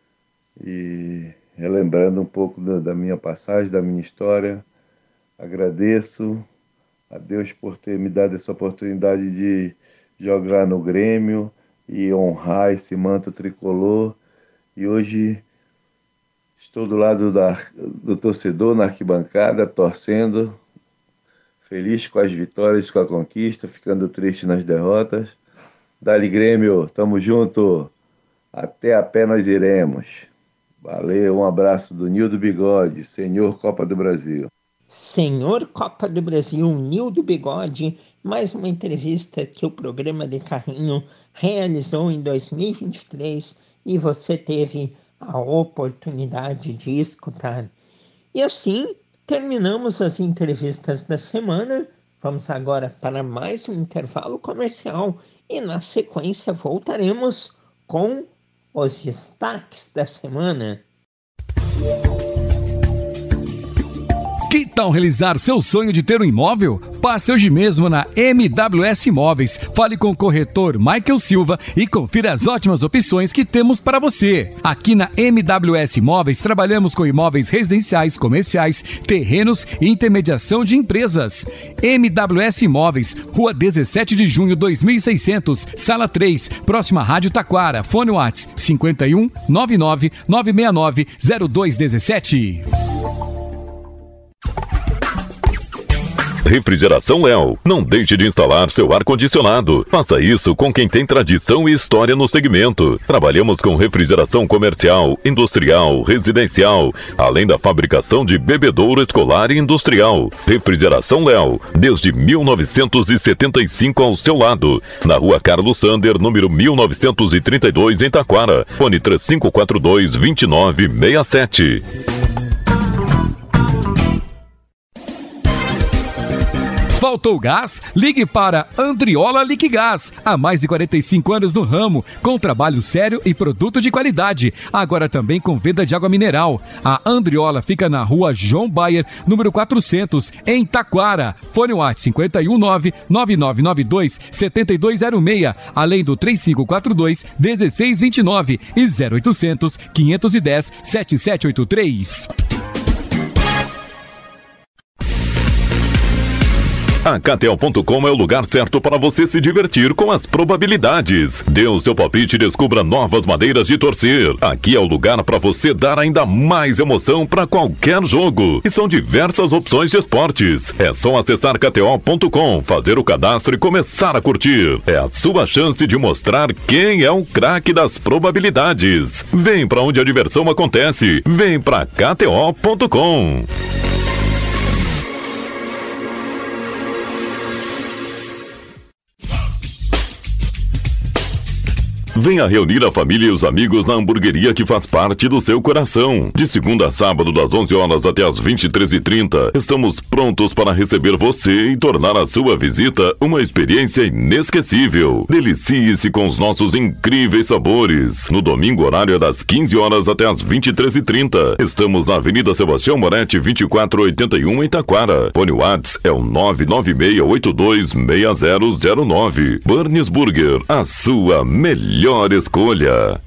E relembrando um pouco da, da minha passagem, da minha história, agradeço a Deus por ter me dado essa oportunidade de jogar no Grêmio e honrar esse manto tricolor. E hoje estou do lado da, do torcedor na arquibancada, torcendo, feliz com as vitórias, com a conquista, ficando triste nas derrotas. Dali Grêmio, tamo junto, até a pé nós iremos. Valeu, um abraço do Nildo Bigode, senhor Copa do Brasil. Senhor Copa do Brasil, Nildo Bigode, mais uma entrevista que o programa de Carrinho realizou em dois mil e vinte e três e você teve a oportunidade de escutar. E assim, terminamos as entrevistas da semana. Vamos agora para mais um intervalo comercial e na sequência voltaremos com os destaques da semana. Que tal realizar seu sonho de ter um imóvel? Passe hoje mesmo na M W S Imóveis. Fale com o corretor Michael Silva e confira as ótimas opções que temos para você. Aqui na M W S Imóveis trabalhamos com imóveis residenciais, comerciais, terrenos e intermediação de empresas. M W S Imóveis, Rua dezessete de junho, dois mil e seiscentos, Sala três, próxima à Rádio Taquara. Fone WhatsApp cinquenta e um, noventa e nove, novecentos e sessenta e nove, zero dois dezessete. Refrigeração Léo. Não deixe de instalar seu ar-condicionado. Faça isso com quem tem tradição e história no segmento. Trabalhamos com refrigeração comercial, industrial, residencial, além da fabricação de bebedouro escolar e industrial. Refrigeração Léo, desde mil novecentos e setenta e cinco ao seu lado. Na Rua Carlos Sander, número mil novecentos e trinta e dois, em Taquara. Fone três cinco quatro dois, dois nove seis sete. Faltou gás? Ligue para Andriola Liquigás. Há mais de quarenta e cinco anos no ramo, com trabalho sério e produto de qualidade. Agora também com venda de água mineral. A Andriola fica na Rua João Baier, número quatrocentos, em Taquara. Fone WhatsApp cinquenta e um, nove nove nove nove dois, sete dois zero seis, além do três cinco quatro dois, um seis dois nove e zero oitocentos, quinhentos e dez, sete sete oito três. A K T O ponto com é o lugar certo para você se divertir com as probabilidades. Dê o seu palpite e descubra novas maneiras de torcer. Aqui é o lugar para você dar ainda mais emoção para qualquer jogo. E são diversas opções de esportes. É só acessar K T O ponto com, fazer o cadastro e começar a curtir. É a sua chance de mostrar quem é o craque das probabilidades. Vem para onde a diversão acontece. Vem para K T O ponto com. Venha reunir a família e os amigos na hamburgueria que faz parte do seu coração. De segunda a sábado, das onze horas até as vinte e três e trinta, estamos prontos para receber você e tornar a sua visita uma experiência inesquecível. Delicie-se com os nossos incríveis sabores. No domingo, horário é das quinze horas até as vinte e três e trinta. Estamos na Avenida Sebastião Moretti, vinte e quatro oitenta e um, em Taquara. Fone WhatsApp é o nove nove seis oito dois seis zero zero nove. Burns Burger, a sua melhor escolha.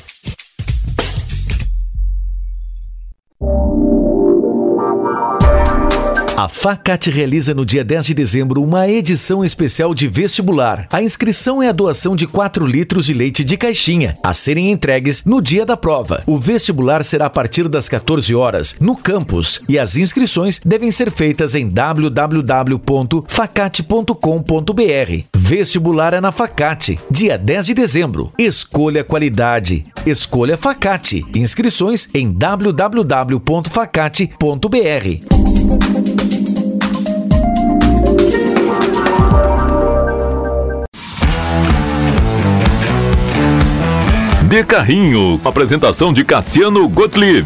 A Facate realiza no dia dez de dezembro uma edição especial de vestibular. A inscrição é a doação de quatro litros de leite de caixinha, a serem entregues no dia da prova. O vestibular será a partir das quatorze horas, no campus, e as inscrições devem ser feitas em w w w ponto facate ponto com ponto b r. Vestibular é na Facate, dia dez de dezembro. Escolha qualidade. Escolha Facate. Inscrições em w w w ponto facate ponto b r. De Carrinho, apresentação de Cassiano Gottlieb.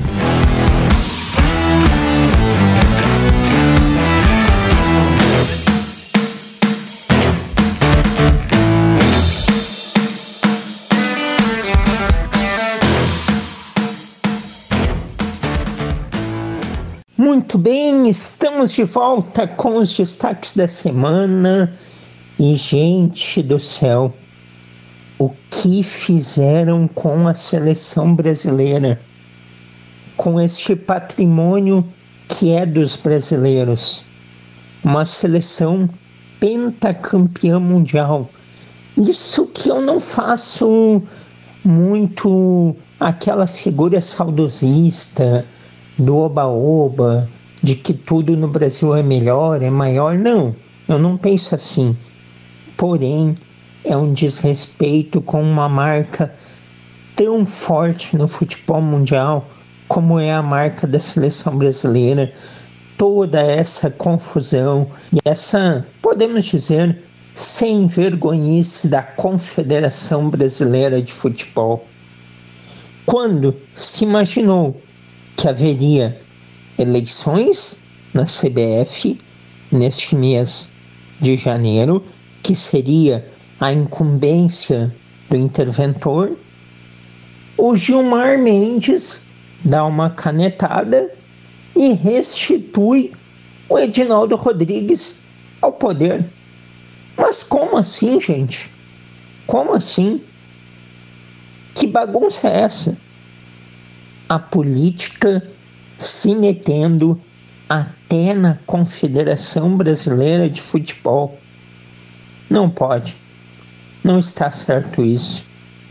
Muito bem, estamos de volta com os destaques da semana. E, gente do céu, o que fizeram com a seleção brasileira? Com este patrimônio que é dos brasileiros. Uma seleção pentacampeã mundial. Isso que eu não faço muito aquela figura saudosista do oba-oba, de que tudo no Brasil é melhor, é maior. Não, eu não penso assim. Porém, é um desrespeito com uma marca tão forte no futebol mundial como é a marca da seleção brasileira. Toda essa confusão e essa, podemos dizer, sem vergonhice da Confederação Brasileira de Futebol. Quando se imaginou que haveria eleições na C B F neste mês de janeiro, que seria a incumbência do interventor, o Gilmar Mendes dá uma canetada e restitui o Edinaldo Rodrigues ao poder. Mas como assim, gente? Como assim? Que bagunça é essa? A política se metendo até na Confederação Brasileira de Futebol. Não pode. Não está certo isso.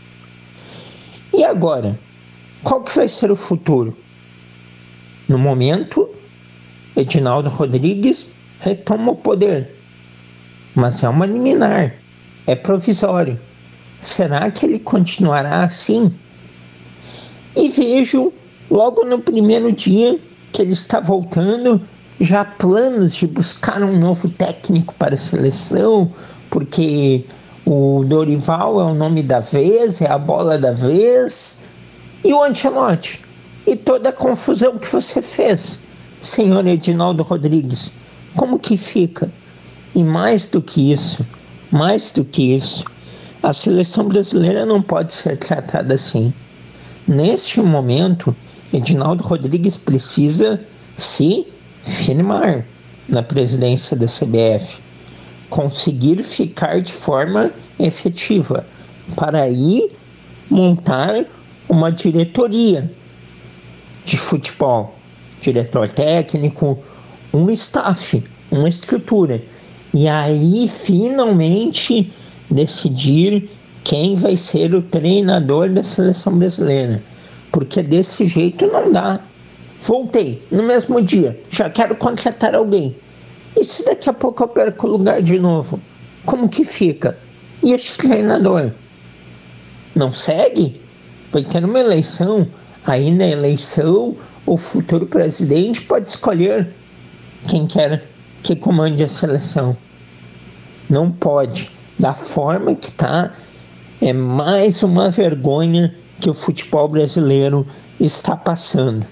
E agora? Qual que vai ser o futuro? No momento, Edinaldo Rodrigues retoma o poder. Mas é uma liminar. É provisório. Será que ele continuará assim? E vejo, logo no primeiro dia que ele está voltando, já planos de buscar um novo técnico para a seleção, porque o Dorival é o nome da vez, é a bola da vez. E o Ancelotti? E toda a confusão que você fez, senhor Edinaldo Rodrigues, como que fica? E mais do que isso, mais do que isso, a seleção brasileira não pode ser tratada assim. Neste momento, Edinaldo Rodrigues precisa se firmar na presidência da C B F, conseguir ficar de forma efetiva, para aí montar uma diretoria de futebol, diretor técnico, um staff, uma estrutura. e aí finalmente decidir quem vai ser o treinador da seleção brasileira, porque desse jeito não dá. Voltei no mesmo dia, já quero contratar alguém, e se daqui a pouco eu perco o lugar de novo, como que fica? E esse treinador não segue? Vai ter uma eleição, aí na eleição o futuro presidente pode escolher quem quer que comande a seleção. Não pode. Da forma que está, é mais uma vergonha que o futebol brasileiro está passando.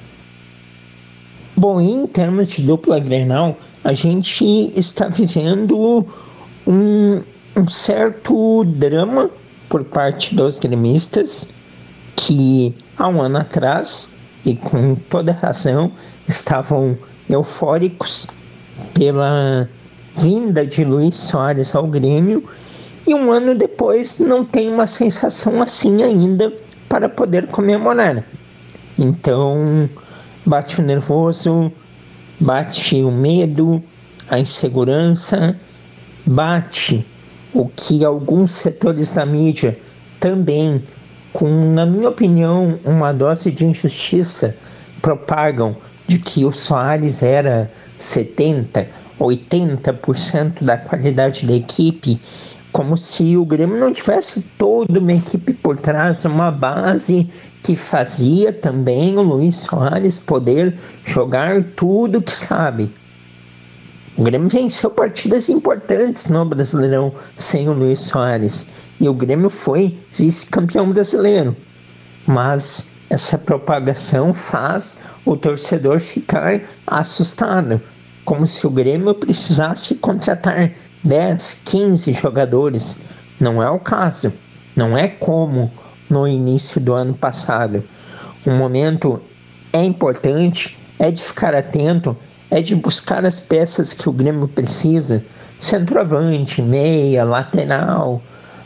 Bom, em termos de dupla Grenal, a gente está vivendo um, um certo drama por parte dos gremistas que há um ano atrás, e com toda razão, estavam eufóricos pela vinda de Luis Soares ao Grêmio, e um ano depois não tem uma sensação assim ainda para poder comemorar. Então bate o nervoso, bate o medo, a insegurança, bate o que alguns setores da mídia também, com, na minha opinião, uma dose de injustiça, propagam de que o Soares era setenta por cento, oitenta por cento da qualidade da equipe, como se o Grêmio não tivesse toda uma equipe por trás, uma base que fazia também o Luis Soares poder jogar tudo que sabe. O Grêmio venceu partidas importantes no Brasileirão sem o Luis Soares, e o Grêmio foi vice-campeão brasileiro. Mas essa propagação faz o torcedor ficar assustado, como se o Grêmio precisasse contratar dez, quinze jogadores. Não é o caso, não é como no início do ano passado. O momento é importante, é de ficar atento, é de buscar as peças que o Grêmio precisa, centroavante, meia, lateral,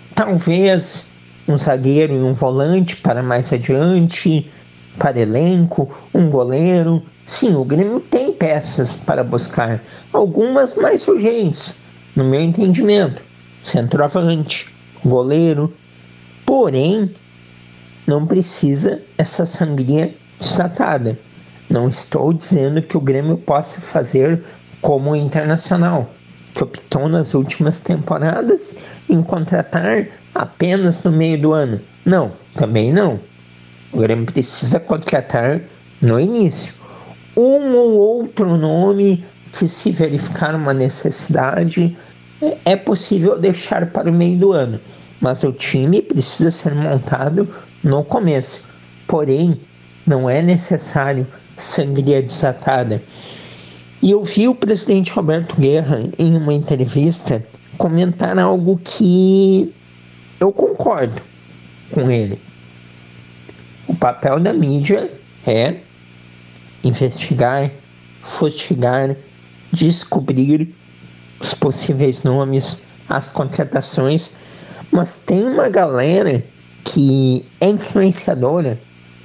talvez um zagueiro e um volante para mais adiante, para elenco, um goleiro. Sim, o Grêmio tem peças para buscar, algumas mais urgentes, no meu entendimento, centroavante, goleiro, porém, não precisa essa sangria desatada. Não estou dizendo que o Grêmio possa fazer como o Internacional, que optou nas últimas temporadas em contratar apenas no meio do ano. Não, também não. O Grêmio precisa contratar no início. Um ou outro nome que, se verificar uma necessidade, é possível deixar para o meio do ano. Mas o time precisa ser montado no começo. Porém, não é necessário sangria desatada. E eu vi o presidente Roberto Guerra, em uma entrevista, comentar algo que eu concordo com ele. O papel da mídia é investigar, fustigar, descobrir os possíveis nomes, as contratações, mas tem uma galera que é influenciadora,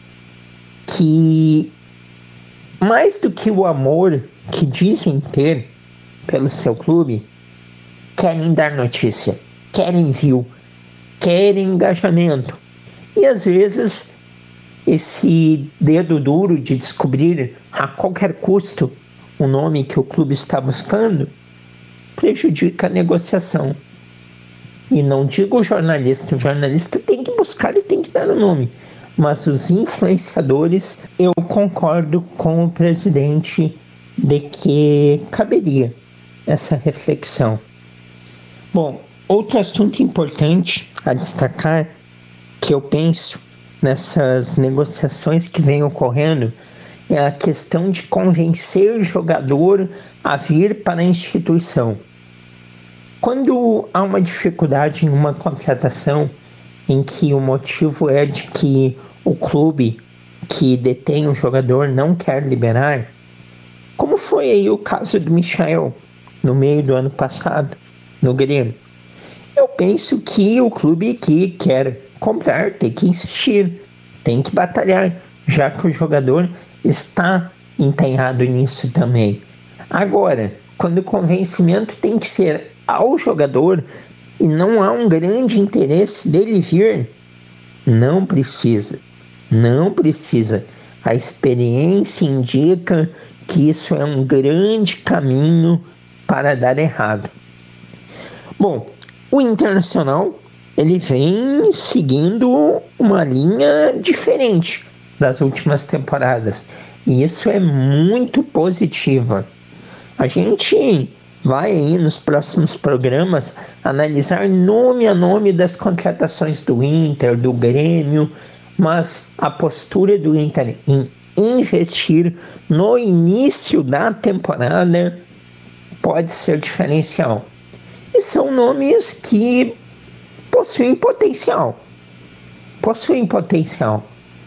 que mais do que o amor que dizem ter pelo seu clube, querem dar notícia, querem view, querem engajamento. E às vezes esse dedo duro de descobrir a qualquer custo o nome que o clube está buscando prejudica a negociação. E não digo o jornalista, o jornalista tem que buscar e tem que dar o nome. Mas os influenciadores, eu concordo com o presidente de que caberia essa reflexão. Bom, outro assunto importante a destacar, que eu penso nessas negociações que vêm ocorrendo, é a questão de convencer o jogador a vir para a instituição. Quando há uma dificuldade em uma contratação, em que o motivo é de que o clube que detém o jogador não quer liberar, como foi aí o caso do Michael, no meio do ano passado, no Grêmio, eu penso que o clube que quer comprar tem que insistir, tem que batalhar, já que o jogador está empenhado nisso também. Agora, quando o convencimento tem que ser ao jogador e não há um grande interesse dele vir, não precisa, não precisa. A experiência indica que isso é um grande caminho para dar errado. Bom, o Internacional, ele vem seguindo uma linha diferente das últimas temporadas, e isso é muito positiva. A gente vai aí nos próximos programas analisar nome a nome das contratações do Inter, do Grêmio, mas a postura do Inter em investir no início da temporada pode ser diferencial. E são nomes que possuem potencial. Possuem potencial.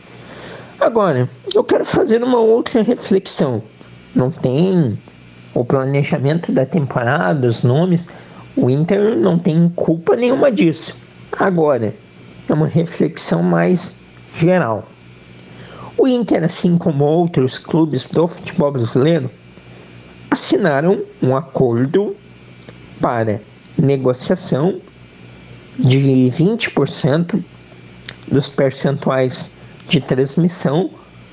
Agora, eu quero fazer uma outra reflexão. Não tem o planejamento da temporada, os nomes, o Inter não tem culpa nenhuma disso. Agora, é uma reflexão mais geral. O Inter, assim como outros clubes do futebol brasileiro, assinaram um acordo para negociação de vinte por cento dos percentuais de transmissão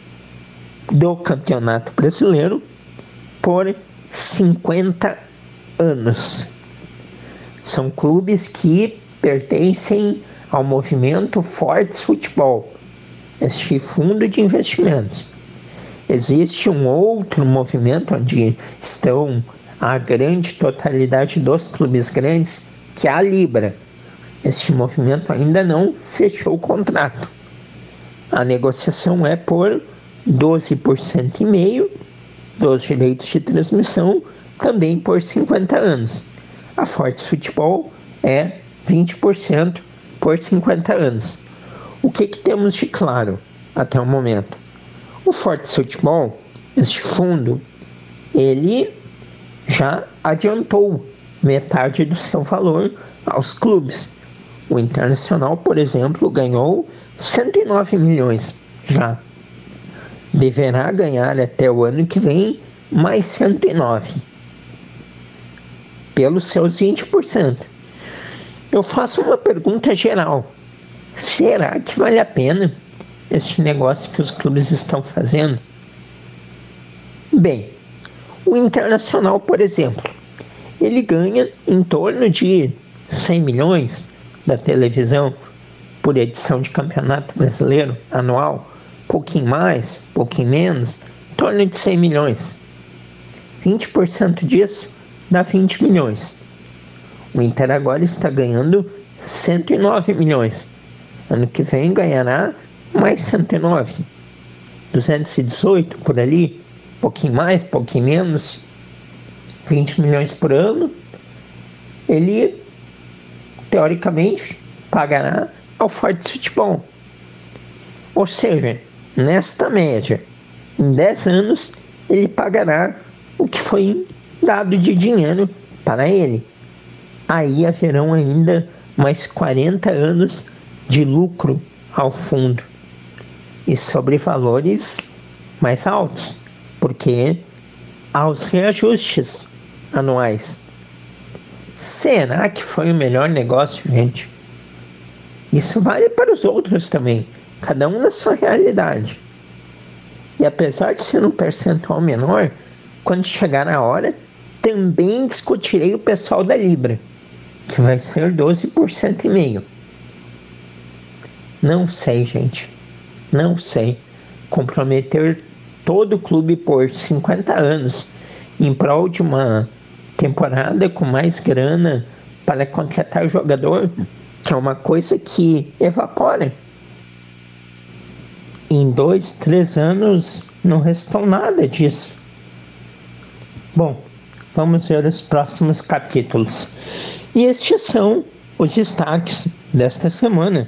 do Campeonato Brasileiro por cinquenta anos. São clubes que pertencem ao movimento Fortes Futebol, este fundo de investimentos. Existe um outro movimento onde estão a grande totalidade dos clubes grandes, que é a Libra. Este movimento ainda não fechou o contrato. A negociação é por doze por cento e meio dos direitos de transmissão, também por cinquenta anos. A Fortes Futebol é vinte por cento por cinquenta anos. O que, que temos de claro até o momento? O Fortes Futebol, este fundo, ele já adiantou metade do seu valor aos clubes. O Internacional, por exemplo, ganhou cento e nove milhões já. Deverá ganhar até o ano que vem mais cento e nove, pelos seus vinte por cento. Eu faço uma pergunta geral. Será que vale a pena este negócio que os clubes estão fazendo? Bem, o Internacional, por exemplo, ele ganha em torno de cem milhões da televisão por edição de Campeonato Brasileiro anual, pouquinho mais, pouquinho menos, em torno de cem milhões. vinte por cento disso dá vinte milhões. O Inter agora está ganhando cento e nove milhões. Ano que vem ganhará mais cento e nove. duzentos e dezoito por ali, pouquinho mais, pouquinho menos, vinte milhões por ano. Ele, teoricamente, pagará ao Fortes Futebol. Ou seja, nesta média, em dez anos, ele pagará o que foi dado de dinheiro para ele. Aí haverão ainda mais quarenta anos de lucro ao fundo. E sobre valores mais altos, porque há os reajustes anuais. Será que foi o melhor negócio, gente? Isso vale para os outros também, cada um na sua realidade. E apesar de ser um percentual menor, quando chegar a hora, também discutirei o pessoal da Libra, que vai ser doze por cento e meio. Não sei, gente. Não sei. Comprometer todo o clube por cinquenta anos em prol de uma temporada com mais grana para contratar jogador, que é uma coisa que evapora. Em dois, três anos não restou nada disso. Bom, vamos ver os próximos capítulos. E estes são os destaques desta semana.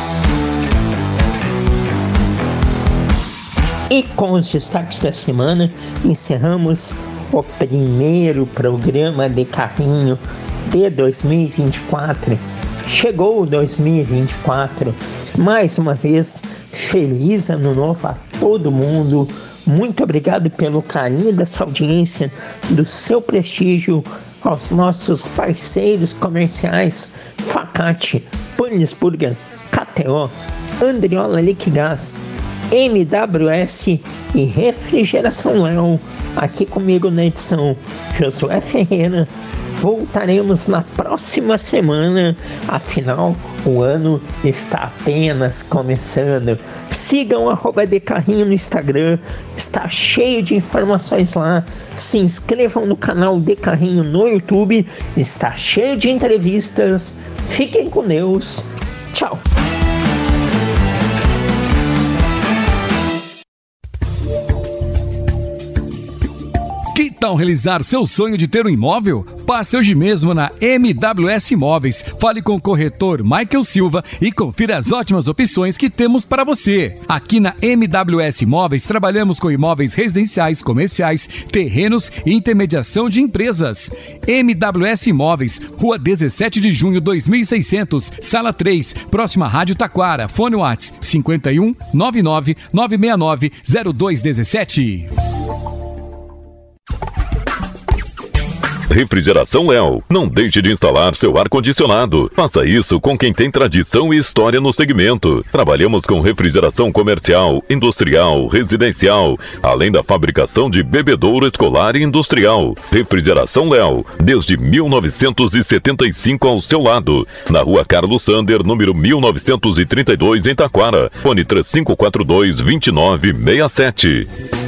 E com os destaques da semana, encerramos o primeiro programa de carrinho de dois mil e vinte e quatro. Chegou dois mil e vinte e quatro, mais uma vez, feliz ano novo a todo mundo, Muito obrigado pelo carinho dessa audiência, do seu prestígio, aos nossos parceiros comerciais Facate, Burnes Burger, K T O, Andriola Liquigás, M W S e Refrigeração Léo. Aqui comigo na edição Josué Ferreira. Voltaremos na próxima semana, afinal o ano está apenas começando. Sigam arroba de carrinho no Instagram, está cheio de informações lá. Se inscrevam no canal De Carrinho no YouTube, está cheio de entrevistas. Fiquem com Deus, tchau. Que tal realizar seu sonho de ter um imóvel? Passe hoje mesmo na M W S Imóveis. Fale com o corretor Michael Silva e confira as ótimas opções que temos para você. Aqui na M W S Imóveis trabalhamos com imóveis residenciais, comerciais, terrenos e intermediação de empresas. M W S Imóveis, Rua dezessete de junho, dois mil e seiscentos, Sala três, próxima à Rádio Taquara. Fone WhatsApp cinquenta e um, nove nove nove seis nove, zero dois um sete. Refrigeração Léo. Não deixe de instalar seu ar-condicionado. Faça isso com quem tem tradição e história no segmento. Trabalhamos com refrigeração comercial, industrial, residencial, além da fabricação de bebedouro escolar e industrial. Refrigeração Léo, desde mil novecentos e setenta e cinco ao seu lado. Na Rua Carlos Sander, número mil novecentos e trinta e dois, em Taquara. Fone três cinco quatro dois, dois nove seis sete.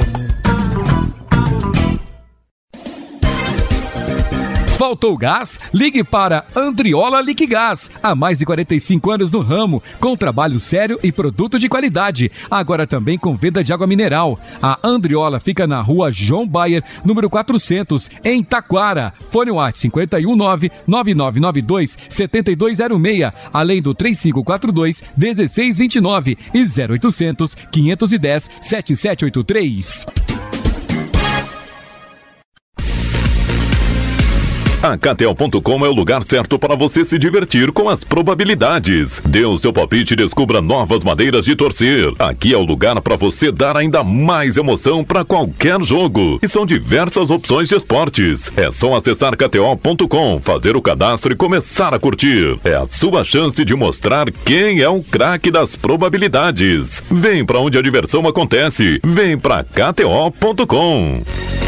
Faltou gás? Ligue para Andriola Liquigás. Há mais de quarenta e cinco anos no ramo, com trabalho sério e produto de qualidade. Agora também com venda de água mineral. A Andriola fica na Rua João Baier, número quatrocentos, em Taquara. Fone WhatsApp cinquenta e um, nove nove nove nove dois, sete dois zero seis, além do três cinco quatro dois, um seis dois nove e zero oitocentos, quinhentos e dez, sete sete oito três. A K T O ponto com é o lugar certo para você se divertir com as probabilidades. Dê o seu palpite e descubra novas maneiras de torcer. Aqui é o lugar para você dar ainda mais emoção para qualquer jogo. E são diversas opções de esportes. É só acessar K T O ponto com, fazer o cadastro e começar a curtir. É a sua chance de mostrar quem é o craque das probabilidades. Vem para onde a diversão acontece. Vem para K T O ponto com.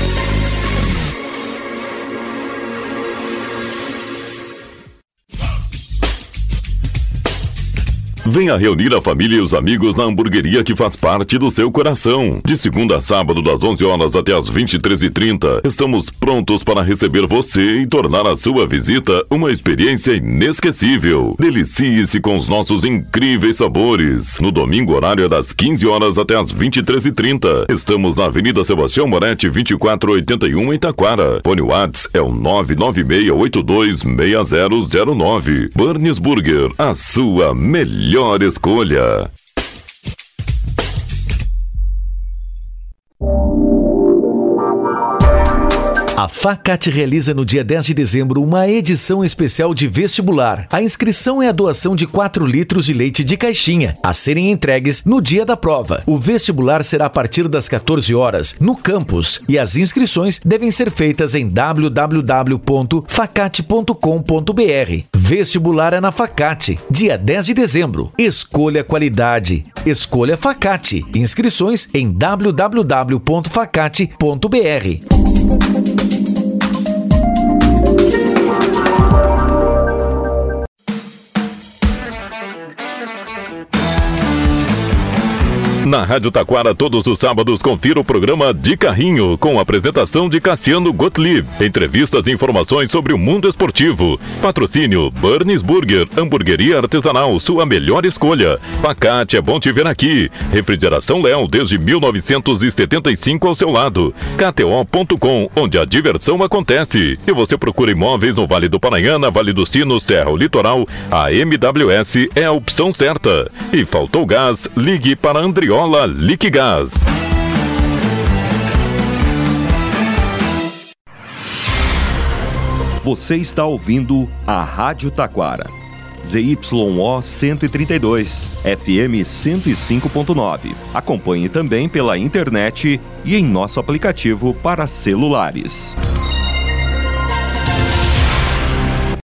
Venha reunir a família e os amigos na hamburgueria que faz parte do seu coração. De segunda a sábado, das onze horas até as vinte e três e trinta, estamos prontos para receber você e tornar a sua visita uma experiência inesquecível. Delicie-se com os nossos incríveis sabores. No domingo, horário é das quinze horas até as vinte e três e trinta. Estamos na Avenida Sebastião Moretti, vinte e quatro oitenta e um, em Taquara. Fone WhatsApp é o nove nove seis oito dois, seis zero zero nove. Burnes Burger, a sua melhor escolha. A Facate realiza no dia dez de dezembro uma edição especial de vestibular. A inscrição é a doação de quatro litros de leite de caixinha, a serem entregues no dia da prova. O vestibular será a partir das quatorze horas, no campus, e as inscrições devem ser feitas em w w w ponto facate ponto com ponto b r. Vestibular é na Facate, dia dez de dezembro. Escolha qualidade. Escolha Facate. Inscrições em w w w ponto facate ponto b r. Na Rádio Taquara, todos os sábados, confira o programa De Carrinho, com a apresentação de Cassiano Gottlieb. Entrevistas e informações sobre o mundo esportivo. Patrocínio Burnes Burger, hamburgueria artesanal, sua melhor escolha. Facate, é bom te ver aqui. Refrigeração Léo, desde mil novecentos e setenta e cinco ao seu lado. K T O ponto com, onde a diversão acontece. E você procura imóveis no Vale do Paranhana, Vale do Sino, Serra ou Litoral, a M W S é a opção certa. E faltou gás? Ligue para Andriola Liquigás. Você está ouvindo a Rádio Taquara. Z Y O cento e trinta e dois, F M cento e cinco ponto nove. Acompanhe também pela internet e em nosso aplicativo para celulares.